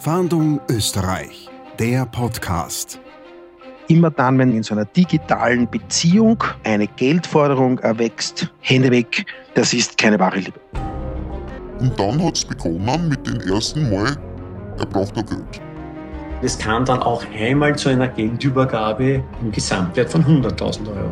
Fahndung Österreich, der Podcast. Immer dann, wenn in so einer digitalen Beziehung eine Geldforderung erwächst, Hände weg, das ist keine wahre Liebe. Und dann hat es begonnen mit dem ersten Mal, er braucht noch Geld. Es kam dann auch einmal zu einer Geldübergabe im Gesamtwert von 100.000 Euro.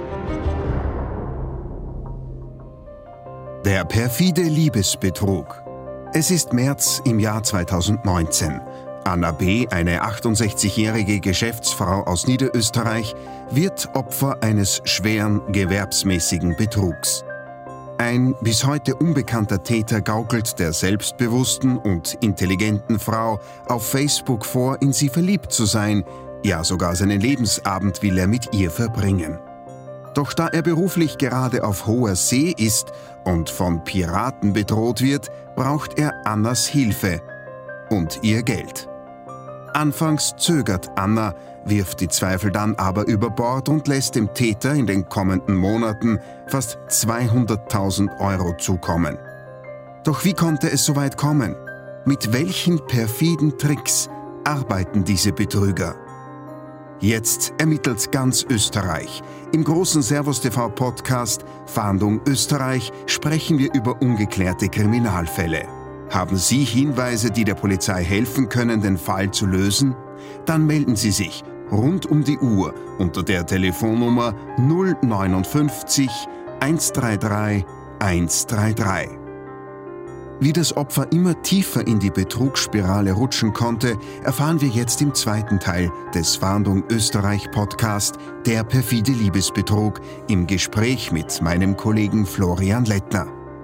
Der perfide Liebesbetrug. Es ist März im Jahr 2019. Anna B., eine 68-jährige Geschäftsfrau aus Niederösterreich, wird Opfer eines schweren gewerbsmäßigen Betrugs. Ein bis heute unbekannter Täter gaukelt der selbstbewussten und intelligenten Frau auf Facebook vor, in sie verliebt zu sein, ja sogar seinen Lebensabend will er mit ihr verbringen. Doch da er beruflich gerade auf hoher See ist und von Piraten bedroht wird, braucht er Annas Hilfe und ihr Geld. Anfangs zögert Anna, wirft die Zweifel dann aber über Bord und lässt dem Täter in den kommenden Monaten fast 200.000 Euro zukommen. Doch wie konnte es so weit kommen? Mit welchen perfiden Tricks arbeiten diese Betrüger? Jetzt ermittelt ganz Österreich. Im großen Servus TV Podcast Fahndung Österreich sprechen wir über ungeklärte Kriminalfälle. Haben Sie Hinweise, die der Polizei helfen können, den Fall zu lösen? Dann melden Sie sich rund um die Uhr unter der Telefonnummer 059 133 133. Wie das Opfer immer tiefer in die Betrugsspirale rutschen konnte, erfahren wir jetzt im zweiten Teil des Fahndung Österreich Podcast Der perfide Liebesbetrug im Gespräch mit meinem Kollegen Florian Lettner.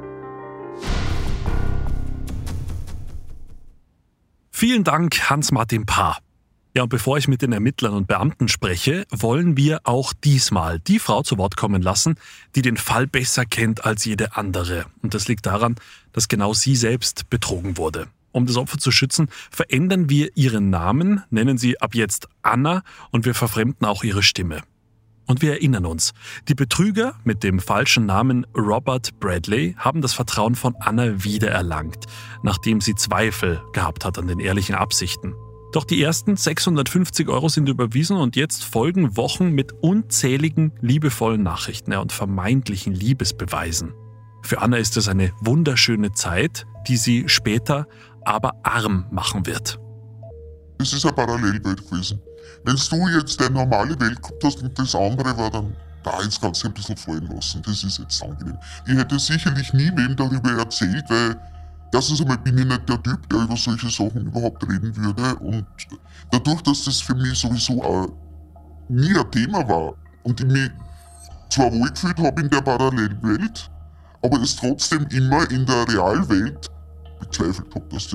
Vielen Dank, Hans-Martin Paar. Ja, und bevor ich mit den Ermittlern und Beamten spreche, wollen wir auch diesmal die Frau zu Wort kommen lassen, die den Fall besser kennt als jede andere. Und das liegt daran, dass genau sie selbst betrogen wurde. Um das Opfer zu schützen, verändern wir ihren Namen, nennen sie ab jetzt Anna und wir verfremden auch ihre Stimme. Und wir erinnern uns, die Betrüger mit dem falschen Namen Robert Bradley haben das Vertrauen von Anna wiedererlangt, nachdem sie Zweifel gehabt hat an den ehrlichen Absichten. Doch die ersten 650 Euro sind überwiesen und jetzt folgen Wochen mit unzähligen liebevollen Nachrichten und vermeintlichen Liebesbeweisen. Für Anna ist es eine wunderschöne Zeit, die sie später aber arm machen wird. Das ist eine Parallelwelt gewesen. Wenn du jetzt eine normale Welt gehabt hast und das andere war dann, jetzt kannst du ein bisschen fallen lassen, das ist jetzt angenehm. Ich hätte sicherlich nie wem darüber erzählt, weil erstens einmal bin ich nicht der Typ, der über solche Sachen überhaupt reden würde und dadurch, dass das für mich sowieso auch nie ein Thema war und ich mich zwar wohlgefühlt habe in der Parallelwelt, aber es trotzdem immer in der Realwelt bezweifelt habe, dass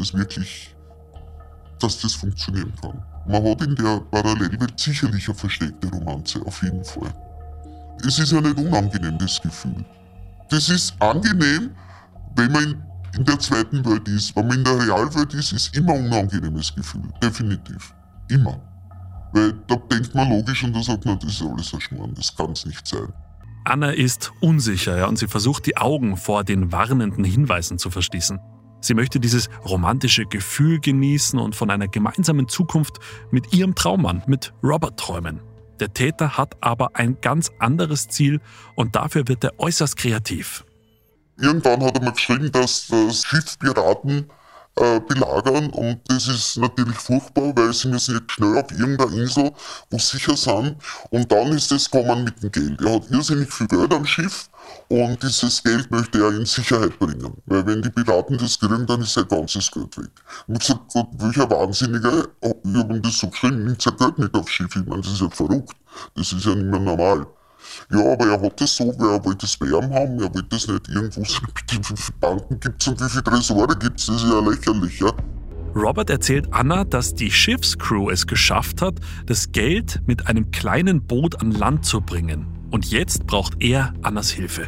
das funktionieren kann. Man hat in der Parallelwelt sicherlich eine versteckte Romanze, auf jeden Fall. Es ist ja nicht unangenehm, das Gefühl. Das ist angenehm, wenn man in der zweiten Welt ist. Wenn man in der Realwelt ist immer ein unangenehmes Gefühl. Definitiv. Immer. Weil da denkt man logisch und da sagt man, das ist alles ein Schmarrn, das kann es nicht sein. Anna ist unsicher, und sie versucht, die Augen vor den warnenden Hinweisen zu verschließen. Sie möchte dieses romantische Gefühl genießen und von einer gemeinsamen Zukunft mit ihrem Traummann, mit Robert, träumen. Der Täter hat aber ein ganz anderes Ziel und dafür wird er äußerst kreativ. Irgendwann hat er mir geschrieben, dass das Schiff Piraten belagern und das ist natürlich furchtbar, weil sie müssen jetzt schnell auf irgendeiner Insel, wo sie sicher sind und dann ist es gekommen mit dem Geld. Er hat irrsinnig viel Geld am Schiff und dieses Geld möchte er in Sicherheit bringen, weil wenn die Piraten das kriegen, dann ist sein ganzes Geld weg. Und ich habe gesagt, Gott, welcher Wahnsinniger, ich habe ihm das so geschrieben, nimmt sein Geld nicht aufs Schiff, ich meine, das ist ja verrückt, das ist ja nicht mehr normal. Ja, aber er hat das so, weil er wollte das Wärme haben, er wollte das nicht irgendwo sagen, wie viele Banken gibt es und wie viele Tresore gibt es, das ist ja lächerlich, ja. Robert erzählt Anna, dass die Schiffscrew es geschafft hat, das Geld mit einem kleinen Boot an Land zu bringen. Und jetzt braucht er Annas Hilfe.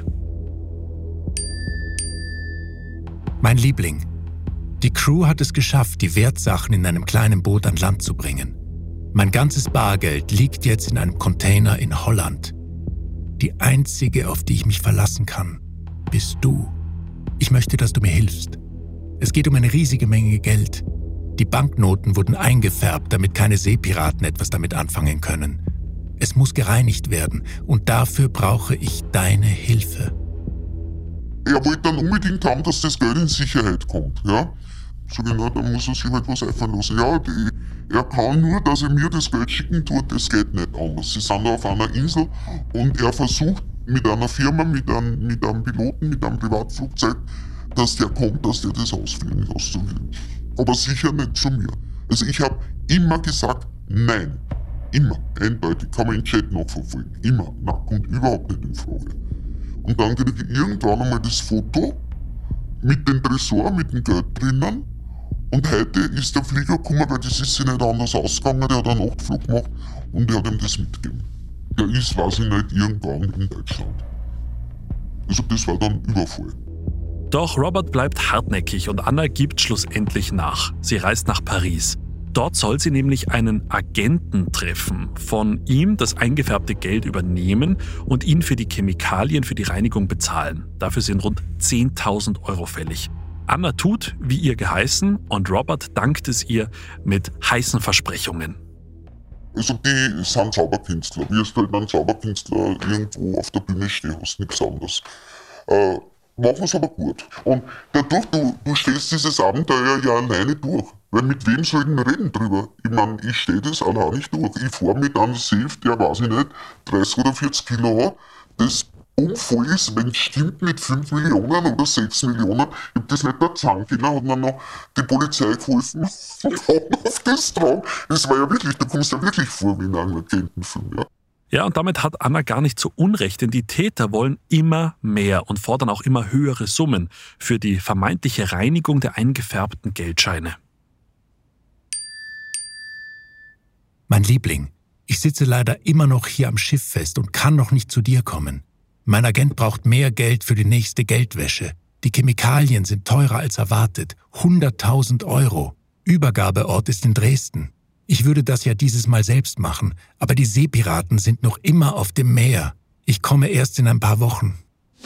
Mein Liebling, die Crew hat es geschafft, die Wertsachen in einem kleinen Boot an Land zu bringen. Mein ganzes Bargeld liegt jetzt in einem Container in Holland. Die einzige, auf die ich mich verlassen kann, bist du. Ich möchte, dass du mir hilfst. Es geht um eine riesige Menge Geld. Die Banknoten wurden eingefärbt, damit keine Seepiraten etwas damit anfangen können. Es muss gereinigt werden und dafür brauche ich deine Hilfe. Er wollte dann unbedingt haben, dass das Geld in Sicherheit kommt. Ja? So genau, da muss er sich halt was einfallen lassen. Ja, er kann nur, dass er mir das Geld schicken tut, das geht nicht anders. Sie sind da auf einer Insel und er versucht mit einer Firma, mit einem Piloten, mit einem Privatflugzeug, dass der kommt, dass der das ausfliegen lässt. Aber sicher nicht zu mir. Also ich habe immer gesagt, nein. Immer. Eindeutig. Kann man im Chat nachverfolgen. Immer. Nein, kommt überhaupt nicht in Frage. Und dann kriege ich irgendwann einmal das Foto mit dem Tresor, mit dem Geld drinnen. Und heute ist der Flieger gekommen, weil das ist sich nicht anders ausgegangen. Der hat einen Nachtflug gemacht und der hat ihm das mitgegeben. Der ist, weiß ich nicht, irgendwann in Deutschland. Also das war dann Überfall. Doch Robert bleibt hartnäckig und Anna gibt schlussendlich nach. Sie reist nach Paris. Dort soll sie nämlich einen Agenten treffen, von ihm das eingefärbte Geld übernehmen und ihn für die Chemikalien für die Reinigung bezahlen. Dafür sind rund 10.000 € fällig. Anna tut, wie ihr geheißen, und Robert dankt es ihr mit heißen Versprechungen. Also die sind Zauberkünstler. Wie es halt ein Zauberkünstler irgendwo auf der Bühne steht, hast nichts anderes. Machen es aber gut. Und dadurch, du stellst dieses Abenteuer ja alleine durch. Weil mit wem soll ich denn reden drüber? Ich meine, ich stehe das allein nicht durch. Ich fahre mit einem Safe, der, weiß ich nicht, 30 oder 40 Kilo an, das voll ist, wenn es stimmt, mit 5 Millionen oder 6 Millionen. Ich habe das nicht der Zankiner, hat mir noch die Polizei geholfen und hat auf das drauf. Das war ja wirklich, da kommst du ja wirklich vor wie in einem Agentenfilm, ja. Ja, und damit hat Anna gar nicht so Unrecht, denn die Täter wollen immer mehr und fordern auch immer höhere Summen für die vermeintliche Reinigung der eingefärbten Geldscheine. Mein Liebling, ich sitze leider immer noch hier am Schiff fest und kann noch nicht zu dir kommen. Mein Agent braucht mehr Geld für die nächste Geldwäsche. Die Chemikalien sind teurer als erwartet. 100.000 €. Übergabeort ist in Dresden. Ich würde das ja dieses Mal selbst machen, aber die Seepiraten sind noch immer auf dem Meer. Ich komme erst in ein paar Wochen.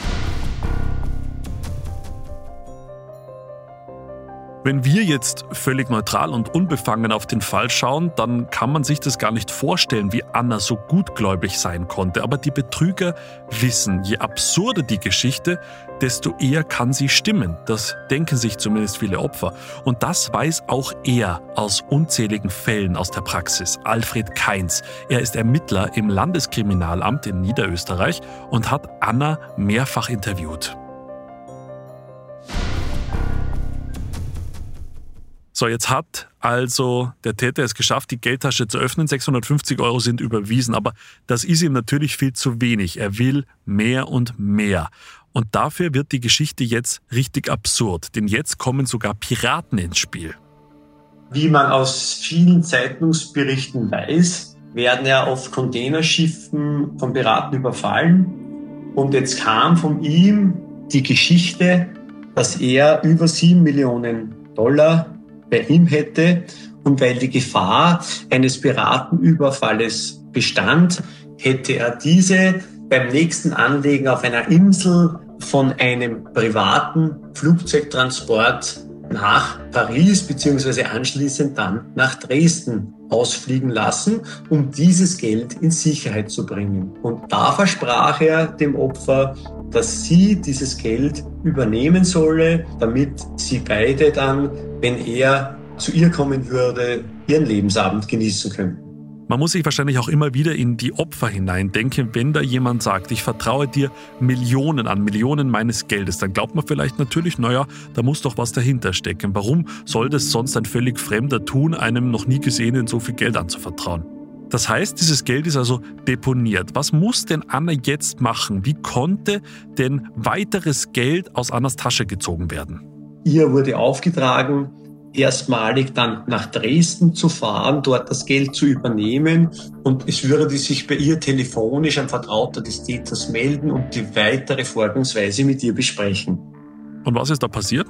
Wenn wir jetzt völlig neutral und unbefangen auf den Fall schauen, dann kann man sich das gar nicht vorstellen, wie Anna so gutgläubig sein konnte. Aber die Betrüger wissen, je absurder die Geschichte, desto eher kann sie stimmen. Das denken sich zumindest viele Opfer. Und das weiß auch er aus unzähligen Fällen aus der Praxis. Alfred Kainz. Er ist Ermittler im Landeskriminalamt in Niederösterreich und hat Anna mehrfach interviewt. So, jetzt hat also der Täter es geschafft, die Geldtasche zu öffnen. 650 € sind überwiesen, aber das ist ihm natürlich viel zu wenig. Er will mehr und mehr. Und dafür wird die Geschichte jetzt richtig absurd, denn jetzt kommen sogar Piraten ins Spiel. Wie man aus vielen Zeitungsberichten weiß, werden ja oft Containerschiffen von Piraten überfallen. Und jetzt kam von ihm die Geschichte, dass er über 7 Millionen $ bei ihm hätte, und weil die Gefahr eines Piratenüberfalles bestand, hätte er diese beim nächsten Anlegen auf einer Insel von einem privaten Flugzeugtransport nach Paris bzw. anschließend dann nach Dresden ausfliegen lassen, um dieses Geld in Sicherheit zu bringen. Und da versprach er dem Opfer, dass sie dieses Geld übernehmen solle, damit sie beide dann, wenn er zu ihr kommen würde, ihren Lebensabend genießen können. Man muss sich wahrscheinlich auch immer wieder in die Opfer hineindenken. Wenn da jemand sagt, ich vertraue dir Millionen an, Millionen meines Geldes, dann glaubt man vielleicht natürlich, naja, da muss doch was dahinter stecken. Warum soll das sonst ein völlig Fremder tun, einem noch nie Gesehenen so viel Geld anzuvertrauen? Das heißt, dieses Geld ist also deponiert. Was muss denn Anna jetzt machen? Wie konnte denn weiteres Geld aus Annas Tasche gezogen werden? Ihr wurde aufgetragen, erstmalig dann nach Dresden zu fahren, dort das Geld zu übernehmen, und es würde sich bei ihr telefonisch ein Vertrauter des Täters melden und die weitere Vorgehensweise mit ihr besprechen. Und was ist da passiert?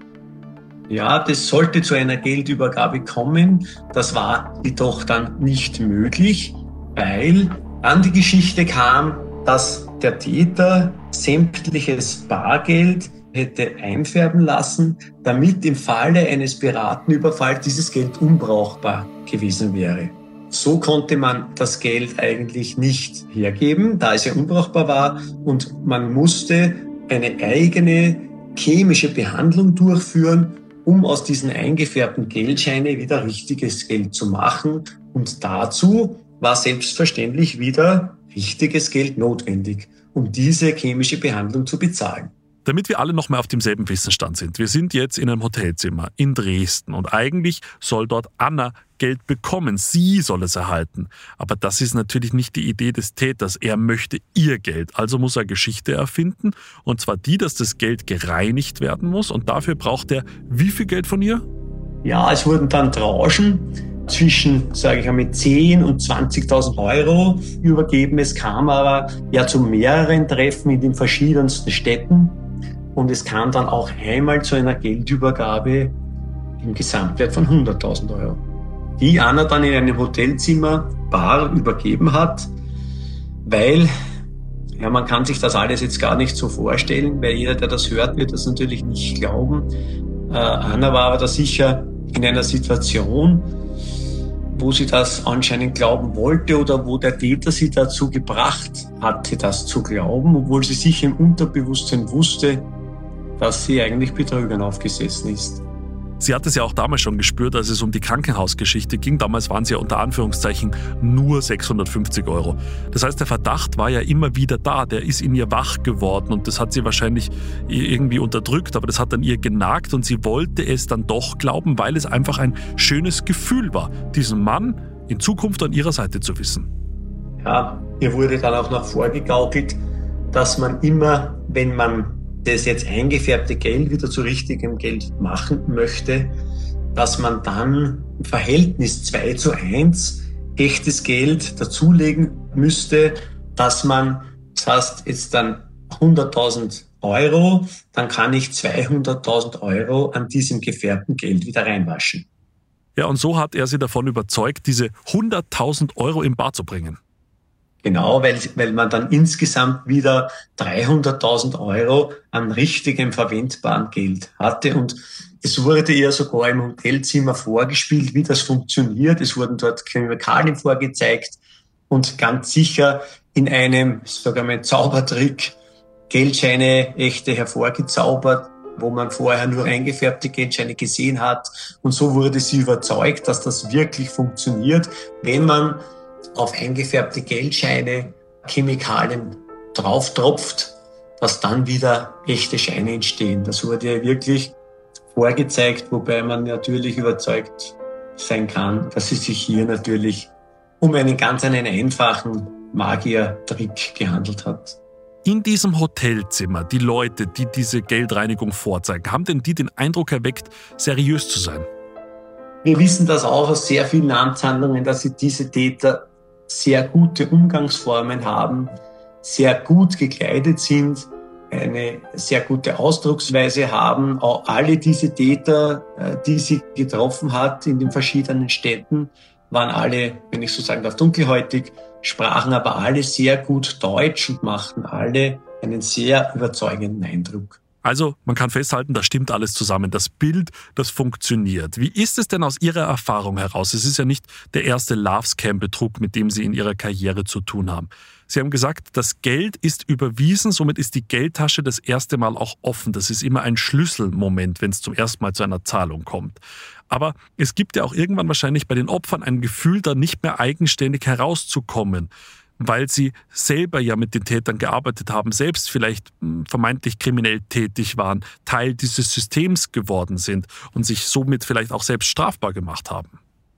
Ja, das sollte zu einer Geldübergabe kommen. Das war jedoch dann nicht möglich, weil an die Geschichte kam, dass der Täter sämtliches Bargeld hätte einfärben lassen, damit im Falle eines Piratenüberfalls dieses Geld unbrauchbar gewesen wäre. So konnte man das Geld eigentlich nicht hergeben, da es ja unbrauchbar war, und man musste eine eigene chemische Behandlung durchführen, um aus diesen eingefärbten Geldscheinen wieder richtiges Geld zu machen. Und dazu war selbstverständlich wieder richtiges Geld notwendig, um diese chemische Behandlung zu bezahlen. Damit wir alle noch mal auf demselben Wissensstand sind. Wir sind jetzt in einem Hotelzimmer in Dresden und eigentlich soll dort Anna Geld bekommen. Sie soll es erhalten. Aber das ist natürlich nicht die Idee des Täters. Er möchte ihr Geld. Also muss er Geschichte erfinden. Und zwar die, dass das Geld gereinigt werden muss. Und dafür braucht er wie viel Geld von ihr? Ja, es wurden dann Tranchen zwischen, sage ich einmal, 10.000 und 20.000 Euro übergeben. Es kam aber ja zu mehreren Treffen in den verschiedensten Städten. Und es kam dann auch einmal zu einer Geldübergabe im Gesamtwert von 100.000 Euro, die Anna dann in einem Hotelzimmer bar übergeben hat, weil, ja, man kann sich das alles jetzt gar nicht so vorstellen, weil jeder, der das hört, wird das natürlich nicht glauben. Anna war aber da sicher in einer Situation, wo sie das anscheinend glauben wollte oder wo der Täter sie dazu gebracht hatte, das zu glauben, obwohl sie sich im Unterbewusstsein wusste, dass sie eigentlich Betrügern aufgesessen ist. Sie hat es ja auch damals schon gespürt, als es um die Krankenhausgeschichte ging. Damals waren es ja unter Anführungszeichen nur 650 Euro. Das heißt, der Verdacht war ja immer wieder da. Der ist in ihr wach geworden und das hat sie wahrscheinlich irgendwie unterdrückt, aber das hat an ihr genagt und sie wollte es dann doch glauben, weil es einfach ein schönes Gefühl war, diesen Mann in Zukunft an ihrer Seite zu wissen. Ja, ihr wurde dann auch noch vorgegaukelt, dass man immer, wenn man das jetzt eingefärbte Geld wieder zu richtigem Geld machen möchte, dass man dann im Verhältnis 2:1 echtes Geld dazulegen müsste, dass man, das heißt jetzt dann 100.000 Euro, dann kann ich 200.000 Euro an diesem gefärbten Geld wieder reinwaschen. Ja, und so hat er sie davon überzeugt, diese 100.000 Euro im Bar zu bringen. Genau, weil man dann insgesamt wieder 300.000 Euro an richtigem verwendbaren Geld hatte. Und es wurde ihr sogar im Hotelzimmer vorgespielt, wie das funktioniert. Es wurden dort Chemikalien vorgezeigt und ganz sicher in einem, sagen wir mal, Zaubertrick Geldscheine echte hervorgezaubert, wo man vorher nur eingefärbte Geldscheine gesehen hat. Und so wurde sie überzeugt, dass das wirklich funktioniert, wenn man auf eingefärbte Geldscheine Chemikalien drauftropft, dass dann wieder echte Scheine entstehen. Das wurde wirklich vorgezeigt, wobei man natürlich überzeugt sein kann, dass es sich hier natürlich um einen ganz einfachen Magiertrick gehandelt hat. In diesem Hotelzimmer, die Leute, die diese Geldreinigung vorzeigen, haben denn die den Eindruck erweckt, seriös zu sein? Wir wissen das auch aus sehr vielen Amtshandlungen, dass diese Täter sehr gute Umgangsformen haben, sehr gut gekleidet sind, eine sehr gute Ausdrucksweise haben. Auch alle diese Täter, die sie getroffen hat in den verschiedenen Städten, waren alle, wenn ich so sagen darf, dunkelhäutig, sprachen aber alle sehr gut Deutsch und machten alle einen sehr überzeugenden Eindruck. Also, man kann festhalten, das stimmt alles zusammen. Das Bild, das funktioniert. Wie ist es denn aus Ihrer Erfahrung heraus? Es ist ja nicht der erste Love-Scam-Betrug, mit dem Sie in Ihrer Karriere zu tun haben. Sie haben gesagt, das Geld ist überwiesen, somit ist die Geldtasche das erste Mal auch offen. Das ist immer ein Schlüsselmoment, wenn es zum ersten Mal zu einer Zahlung kommt. Aber es gibt ja auch irgendwann wahrscheinlich bei den Opfern ein Gefühl, da nicht mehr eigenständig herauszukommen, weil sie selber ja mit den Tätern gearbeitet haben, selbst vielleicht vermeintlich kriminell tätig waren, Teil dieses Systems geworden sind und sich somit vielleicht auch selbst strafbar gemacht haben.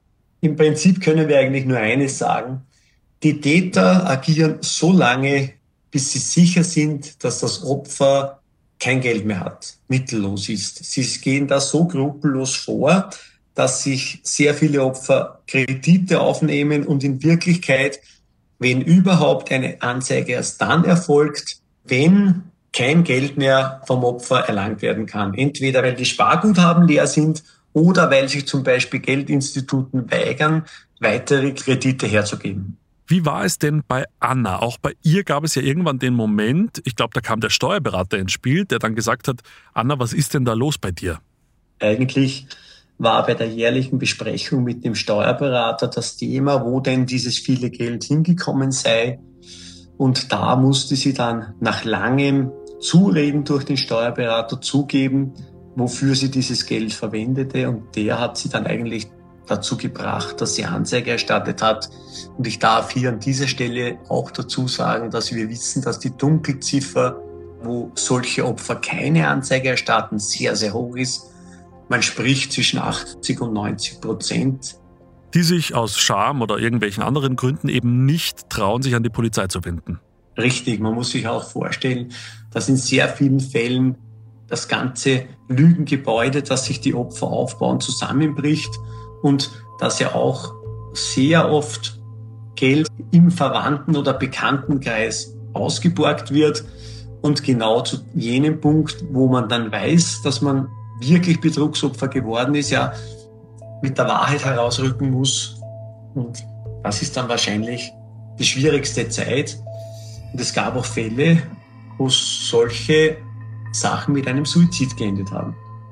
Im Prinzip können wir eigentlich nur eines sagen. Die Täter agieren so lange, bis sie sicher sind, dass das Opfer kein Geld mehr hat, mittellos ist. Sie gehen da so skrupellos vor, dass sich sehr viele Opfer Kredite aufnehmen und in Wirklichkeit, wenn überhaupt, eine Anzeige erst dann erfolgt, wenn kein Geld mehr vom Opfer erlangt werden kann. Entweder weil die Sparguthaben leer sind oder weil sich zum Beispiel Geldinstituten weigern, weitere Kredite herzugeben. Wie war es denn bei Anna? Auch bei ihr gab es ja irgendwann den Moment, ich glaube, da kam der Steuerberater ins Spiel, der dann gesagt hat, Anna, was ist denn da los bei dir? Eigentlich war bei der jährlichen Besprechung mit dem Steuerberater das Thema, wo denn dieses viele Geld hingekommen sei. Und da musste sie dann nach langem Zureden durch den Steuerberater zugeben, wofür sie dieses Geld verwendete. Und der hat sie dann eigentlich dazu gebracht, dass sie Anzeige erstattet hat. Und ich darf hier an dieser Stelle auch dazu sagen, dass wir wissen, dass die Dunkelziffer, wo solche Opfer keine Anzeige erstatten, sehr, sehr hoch ist. Man spricht zwischen 80 und 90%. Die sich aus Scham oder irgendwelchen anderen Gründen eben nicht trauen, sich an die Polizei zu wenden. Richtig, man muss sich auch vorstellen, dass in sehr vielen Fällen das ganze Lügengebäude, das sich die Opfer aufbauen, zusammenbricht und dass ja auch sehr oft Geld im Verwandten- oder Bekanntenkreis ausgeborgt wird. Und genau zu jenem Punkt, wo man dann weiß, dass man wirklich Betrugsopfer geworden ist, ja mit der Wahrheit herausrücken muss. Und das ist dann wahrscheinlich die schwierigste Zeit. Und es gab auch Fälle, wo solche Sachen mit einem Suizid geendet haben.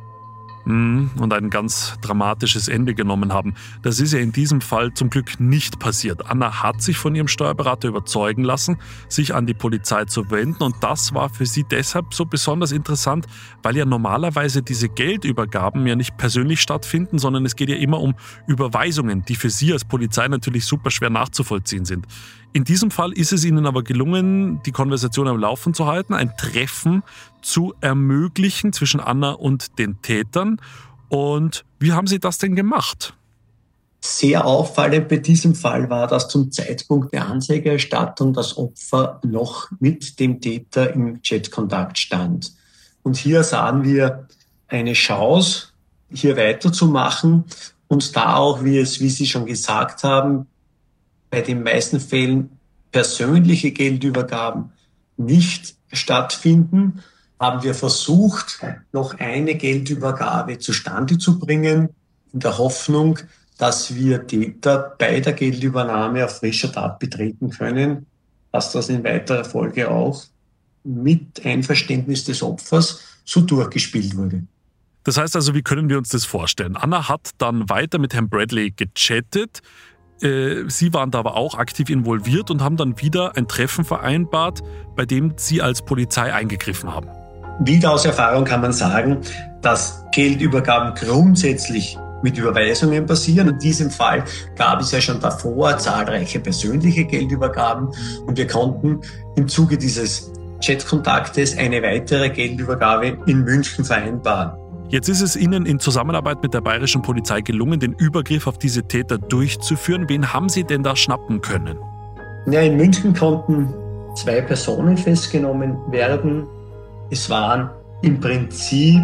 Und ein ganz dramatisches Ende genommen haben. Das ist ja in diesem Fall zum Glück nicht passiert. Anna hat sich von ihrem Steuerberater überzeugen lassen, sich an die Polizei zu wenden. Und das war für sie deshalb so besonders interessant, weil ja normalerweise diese Geldübergaben ja nicht persönlich stattfinden, sondern es geht ja immer um Überweisungen, die für sie als Polizei natürlich super schwer nachzuvollziehen sind. In diesem Fall ist es ihnen aber gelungen, die Konversation am Laufen zu halten, ein Treffen zu ermöglichen zwischen Anna und den Tätern. Und wie haben sie das denn gemacht? Sehr auffallend bei diesem Fall war, dass zum Zeitpunkt der Anzeigerstattung das Opfer noch mit dem Täter im Chatkontakt stand. Und hier sahen wir eine Chance, hier weiterzumachen und da auch, wie Sie schon gesagt haben, bei den meisten Fällen persönliche Geldübergaben nicht stattfinden, haben wir versucht, noch eine Geldübergabe zustande zu bringen, in der Hoffnung, dass wir Täter bei der Geldübernahme auf frischer Tat betreten können, dass das in weiterer Folge auch mit Einverständnis des Opfers so durchgespielt wurde. Das heißt also, wie können wir uns das vorstellen? Anna hat dann weiter mit Herrn Bradley gechattet. Sie waren da aber auch aktiv involviert und haben dann wieder ein Treffen vereinbart, bei dem Sie als Polizei eingegriffen haben. Wieder aus Erfahrung kann man sagen, dass Geldübergaben grundsätzlich mit Überweisungen passieren. In diesem Fall gab es ja schon davor zahlreiche persönliche Geldübergaben und wir konnten im Zuge dieses Chatkontaktes eine weitere Geldübergabe in München vereinbaren. Jetzt ist es Ihnen in Zusammenarbeit mit der bayerischen Polizei gelungen, den Übergriff auf diese Täter durchzuführen. Wen haben Sie denn da schnappen können? Ja, in München konnten 2 Personen festgenommen werden. Es waren im Prinzip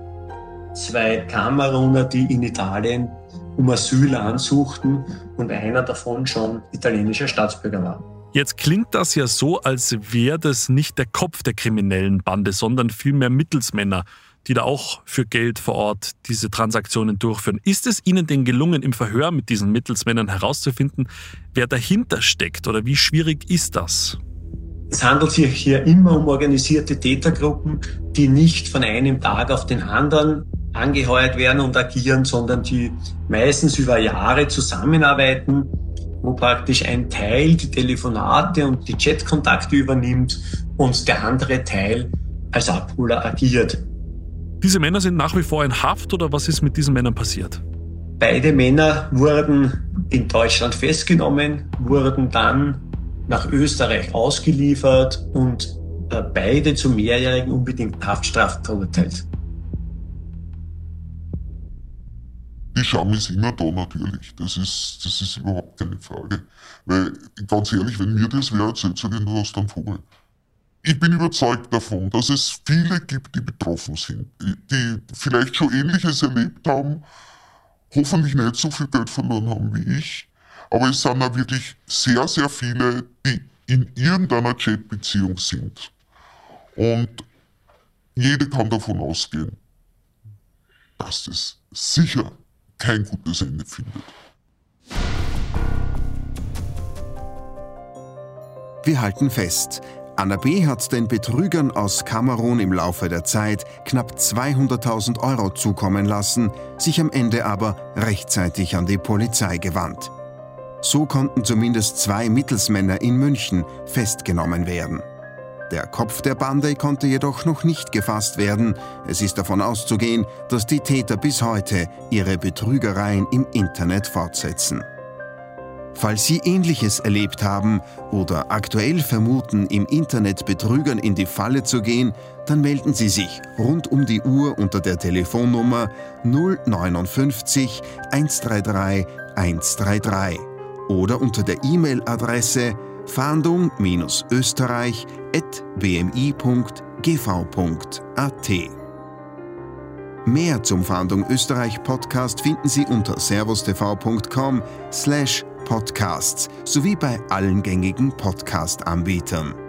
2 Kameruner, die in Italien um Asyl ansuchten und einer davon schon italienischer Staatsbürger war. Jetzt klingt das ja so, als wäre das nicht der Kopf der kriminellen Bande, sondern vielmehr Mittelsmänner, die da auch für Geld vor Ort diese Transaktionen durchführen. Ist es Ihnen denn gelungen, im Verhör mit diesen Mittelsmännern herauszufinden, wer dahinter steckt oder wie schwierig ist das? Es handelt sich hier immer um organisierte Tätergruppen, die nicht von einem Tag auf den anderen angeheuert werden und agieren, sondern die meistens über Jahre zusammenarbeiten, wo praktisch ein Teil die Telefonate und die Chatkontakte übernimmt und der andere Teil als Abholer agiert. Diese Männer sind nach wie vor in Haft oder was ist mit diesen Männern passiert? Beide Männer wurden in Deutschland festgenommen, wurden dann nach Österreich ausgeliefert und beide zu mehrjährigen unbedingten Haftstrafen verurteilt. Die Scham ist immer da natürlich, das ist überhaupt keine Frage. Weil, ganz ehrlich, wenn mir das wer erzählt, sage ich nur aus dem Vogel. Ich bin überzeugt davon, dass es viele gibt, die betroffen sind, die vielleicht schon Ähnliches erlebt haben, hoffentlich nicht so viel Geld verloren haben wie ich, aber es sind auch wirklich sehr, sehr viele, die in irgendeiner Chatbeziehung sind. Und jeder kann davon ausgehen, dass es sicher kein gutes Ende findet. Wir halten fest, Anna B. hat den Betrügern aus Kamerun im Laufe der Zeit knapp 200.000 Euro zukommen lassen, sich am Ende aber rechtzeitig an die Polizei gewandt. So konnten zumindest 2 Mittelsmänner in München festgenommen werden. Der Kopf der Bande konnte jedoch noch nicht gefasst werden. Es ist davon auszugehen, dass die Täter bis heute ihre Betrügereien im Internet fortsetzen. Falls Sie Ähnliches erlebt haben oder aktuell vermuten, im Internet Betrügern in die Falle zu gehen, dann melden Sie sich rund um die Uhr unter der Telefonnummer 059 133 133 oder unter der E-Mail-Adresse fahndung-österreich@bmi.gv.at. Mehr zum Fahndung Österreich Podcast finden Sie unter servustv.com/podcasts sowie bei allen gängigen Podcast-Anbietern.